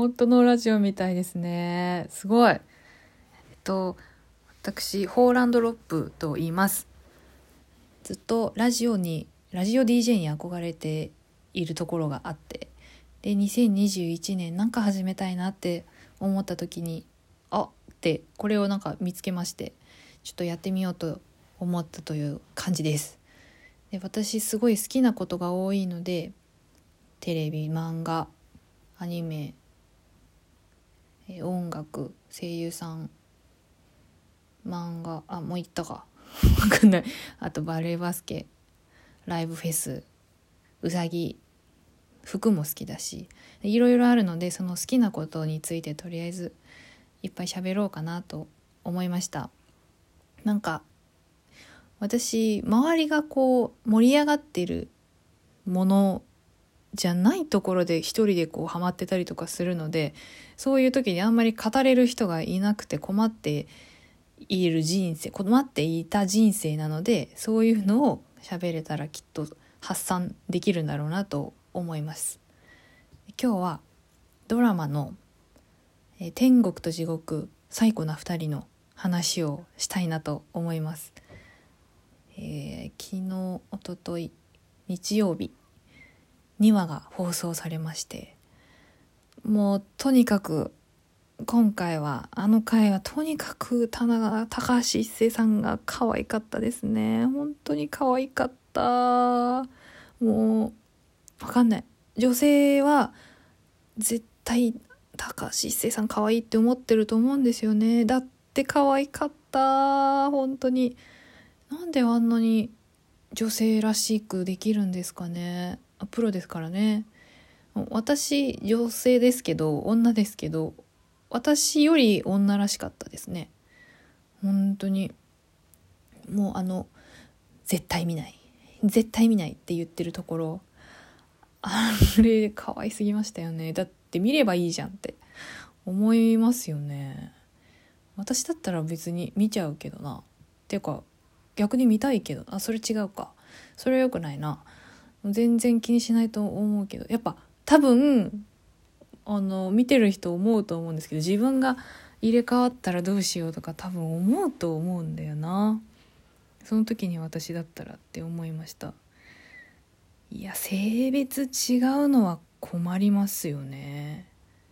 本当のラジオみたいですね。すごい。私ホーランドロップと言います。ずっとラジオ DJ に憧れているところがあって、で2021年なんか始めたいなって思った時にってこれをなんか見つけまして、ちょっとやってみようと思ったという感じです。で、私すごい好きなことが多いので、テレビ、漫画、アニメ、音楽、声優さん、漫画、もう言ったか分かんない。あとバレー、バスケ、ライブ、フェス、うさぎ、服も好きだし、いろいろあるので、その好きなことについてとりあえずいっぱい喋ろうかなと思いました。なんか私、周りがこう盛り上がってるものじゃないところで一人でこうハマってたりとかするので、そういう時にあんまり語れる人がいなくて困っていた人生なので、そういうのを喋れたらきっと発散できるんだろうなと思います。今日はドラマの天国と地獄、最古な二人の話をしたいなと思います。昨日、一昨日、日曜日2話が放送されまして、もうとにかく今回はあの回はとにかく高橋一生さんが可愛かったですね。本当に可愛かった。もうわかんない、女性は絶対高橋一生さん可愛いって思ってると思うんですよね。だって可愛かった、本当に。なんであんなに女性らしくできるんですかね。プロですからね。私女性ですけど、女ですけど、私より女らしかったですね。本当に。もう絶対見ないって言ってるところ、あれ可愛すぎましたよね。だって見ればいいじゃんって思いますよね。私だったら別に見ちゃうけどな。っていうか逆に見たいけど、それ違うか。それは良くないな。全然気にしないと思うけど、やっぱ多分見てる人思うと思うんですけど、自分が入れ替わったらどうしようとか多分思うと思うんだよな。その時に私だったらって思いました。いや、性別違うのは困りますよね。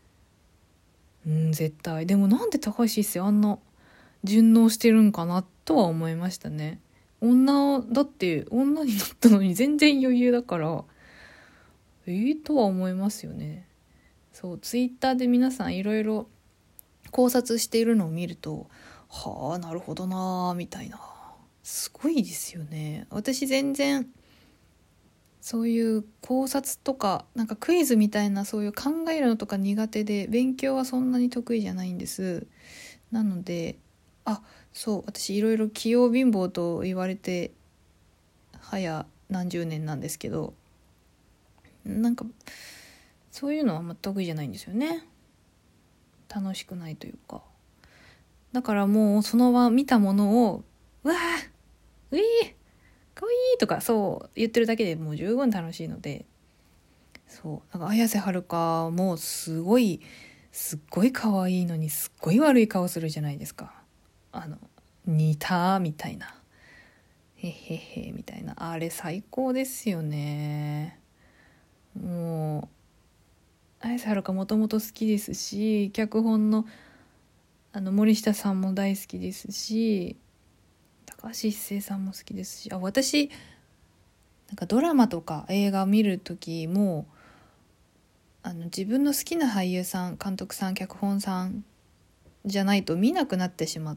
絶対。でもなんで高橋一生あんな順応してるんかなとは思いましたね。だって女になったのに全然余裕だからとは思いますよね。そう、ツイッターで皆さんいろいろ考察しているのを見ると、なるほどなみたいな、すごいですよね。私全然そういう考察とかなんかクイズみたいなそういう考えるのとか苦手で、勉強はそんなに得意じゃないんです。なのでそう、私いろいろ器用貧乏と言われて早何十年なんですけど、なんかそういうのはあんま得意じゃないんですよね。楽しくないというか。だからもうその場見たものをうわーういーかわいいとかそう言ってるだけでもう十分楽しいので、そうなんか綾瀬はるかもすっごい可愛いのにすっごい悪い顔するじゃないですか。似たみたいな、へへへみたいな、あれ最高ですよね。もう綾瀬はるかもともと好きですし、脚本の森下さんも大好きですし、高橋一生さんも好きですし、私なんかドラマとか映画見る時も自分の好きな俳優さん、監督さん、脚本さんじゃないと見なくなってしまって、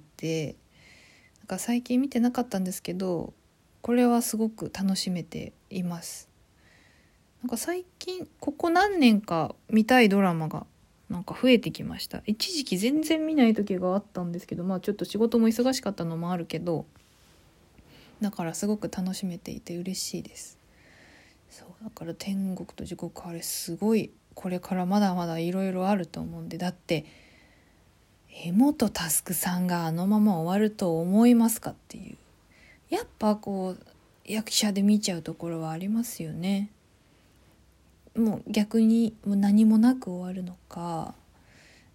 なんか最近見てなかったんですけど、これはすごく楽しめています。なんか最近ここ何年か見たいドラマがなんか増えてきました。一時期全然見ない時があったんですけど、ちょっと仕事も忙しかったのもあるけど、だからすごく楽しめていて嬉しいです。そうだから天国と地獄、あれすごい、これからまだまだいろいろあると思うんで。だって柄本佑さんがあのまま終わると思いますかっていう、やっぱこう役者で見ちゃうところはありますよね。もう逆にもう何もなく終わるのか、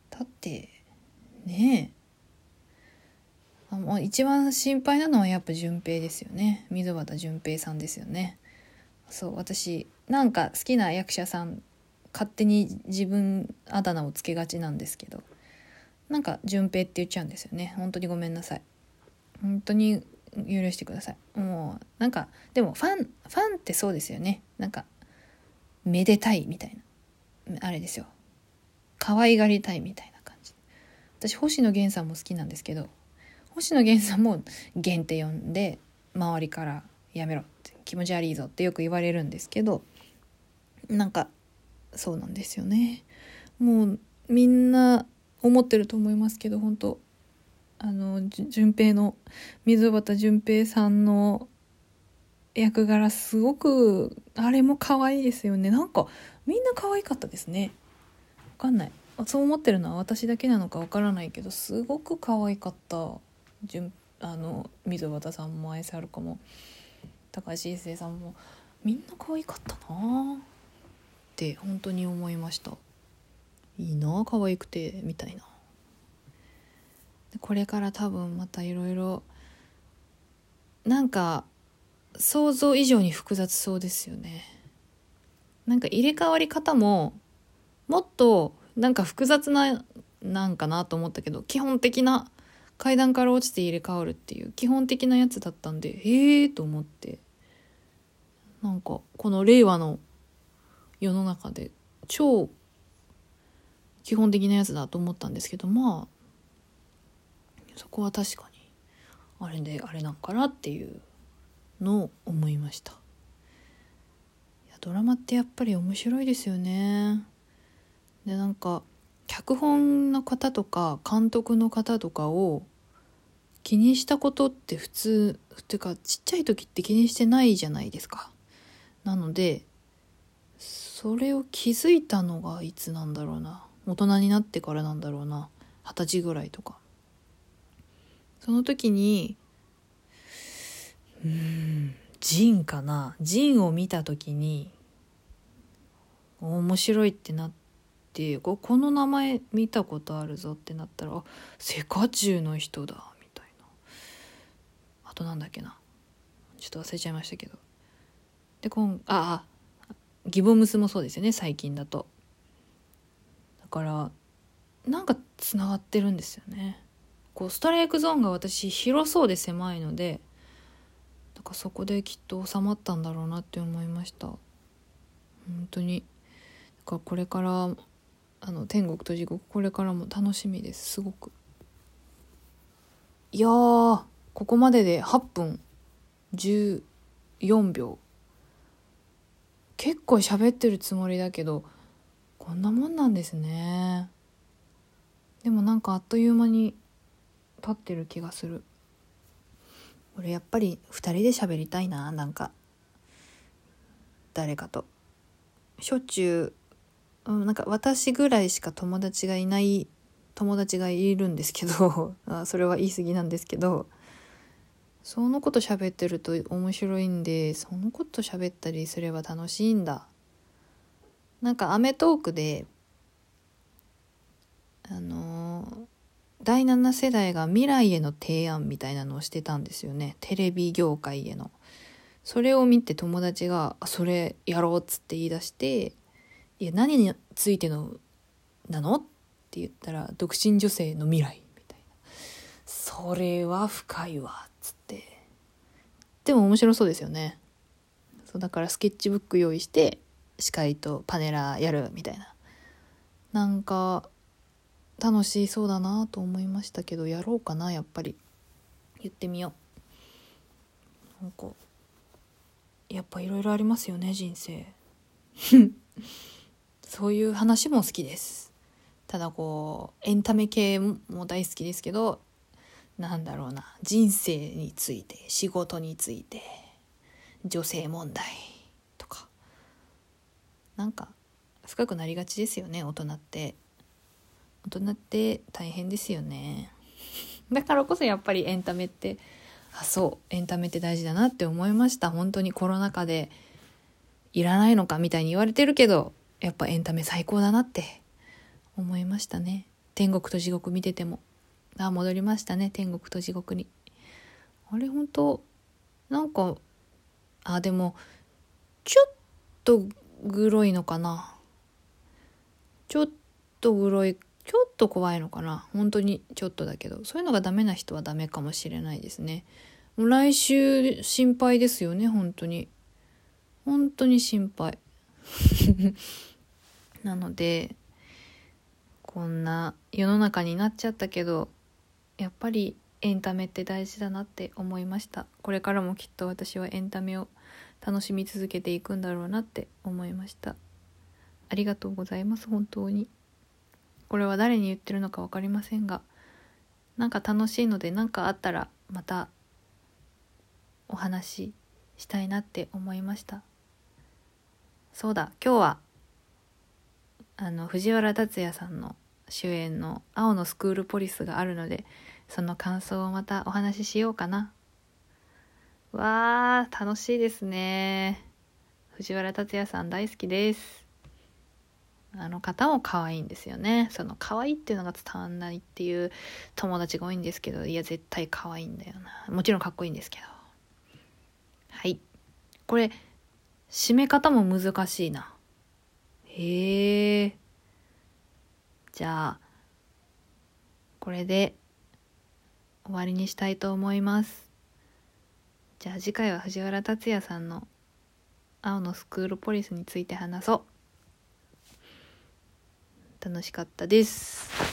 だってねもう一番心配なのはやっぱ順平ですよね。溝端淳平さんですよね。そう、私なんか好きな役者さん勝手に自分あだ名をつけがちなんですけど、なんか順平って言っちゃうんですよね。本当にごめんなさい。本当に許してください。もうなんかでもファンってそうですよね。なんかめでたいみたいなあれですよ。可愛がりたいみたいな感じ。私星野源さんも好きなんですけど、星野源さんも源って呼んで周りからやめろって気持ち悪いぞってよく言われるんですけど、なんかそうなんですよね。もうみんな思ってると思いますけど、本当順平の溝端淳平さんの役柄すごくあれも可愛いですよね。なんかみんな可愛かったですね。わかんない、そう思ってるのは私だけなのかわからないけど、すごく可愛かった。溝端さんも綾瀬はるかも高橋一生さんもみんな可愛かったなって本当に思いました。いいな可愛くてみたいな。これから多分またいろいろなんか想像以上に複雑そうですよね。なんか入れ替わり方ももっとなんか複雑なんかなと思ったけど、基本的な階段から落ちて入れ替わるっていう基本的なやつだったんで、と思って、なんかこの令和の世の中で超基本的なやつだと思ったんですけど、まあそこは確かにあれであれなんかなっていうのを思いました。いやドラマってやっぱり面白いですよね。でなんか脚本の方とか監督の方とかを気にしたことって普通っていうかちっちゃい時って気にしてないじゃないですか。なのでそれを気づいたのがいつなんだろうな、大人になってからなんだろうな、20歳ぐらいとか。その時にジンかな、ジンを見た時に面白いってなって、この名前見たことあるぞってなったら、セカチュウの人だみたいな。あとなんだっけな、ちょっと忘れちゃいましたけど。でギボムスもそうですよね、最近だと。だからなんかつながってるんですよね。こうストライクゾーンが私広そうで狭いので、だからそこできっと収まったんだろうなって思いました。本当に。だからこれから天国と地獄、これからも楽しみです。すごく。いやー、ここまでで8分14秒、結構喋ってるつもりだけどこんなもんなんですね。でもなんかあっという間に経ってる気がする。俺やっぱり2人で喋りたいな。なんか誰かとしょっちゅう、なんか私ぐらいしか友達がいない友達がいるんですけどそれは言い過ぎなんですけど、そのこと喋ってると面白いんで、そのこと喋ったりすれば楽しいんだ。なんかアメトークで第7世代が未来への提案みたいなのをしてたんですよね、テレビ業界への。それを見て友達がそれやろうっつって言い出して、いや何についてのなのって言ったら、独身女性の未来みたいな。それは深いわっつって。でも面白そうですよね。そうだからスケッチブック用意して司会とパネラーやるみたいな、なんか楽しそうだなと思いましたけど、やろうかな。やっぱり言ってみよう。なんかやっぱいろいろありますよね、人生そういう話も好きです。ただこうエンタメ系も大好きですけど、なんだろうな、人生について、仕事について、女性問題とか、なんか深くなりがちですよね。大人って大変ですよね。だからこそやっぱりエンタメってエンタメって大事だなって思いました。本当にコロナ禍でいらないのかみたいに言われてるけど、やっぱエンタメ最高だなって思いましたね。 天国と地獄見てても。戻りましたね、天国と地獄に。あれ本当なんかでもちょっとグロいのかな、ちょっとグロい、ちょっと怖いのかな、本当にちょっとだけど、そういうのがダメな人はダメかもしれないですね。もう来週心配ですよね、本当に心配なので、こんな世の中になっちゃったけど、やっぱりエンタメって大事だなって思いました。これからもきっと私はエンタメを楽しみ続けていくんだろうなって思いました。ありがとうございます。本当にこれは誰に言ってるのか分かりませんが、なんか楽しいので、なんかあったらまたお話ししたいなって思いました。そうだ、今日は藤原竜也さんの主演の青のスクールポリスがあるので、その感想をまたお話ししようかな。わー、楽しいですね。藤原竜也さん大好きです。あの方も可愛いんですよね。その可愛いっていうのが伝わんないっていう友達が多いんですけど、いや絶対可愛いんだよな。もちろんかっこいいんですけど。はい、これ締め方も難しいな。へえ。じゃあこれで終わりにしたいと思います。じゃあ次回は藤原竜也さんの青のスクールポリスについて話そう。楽しかったです。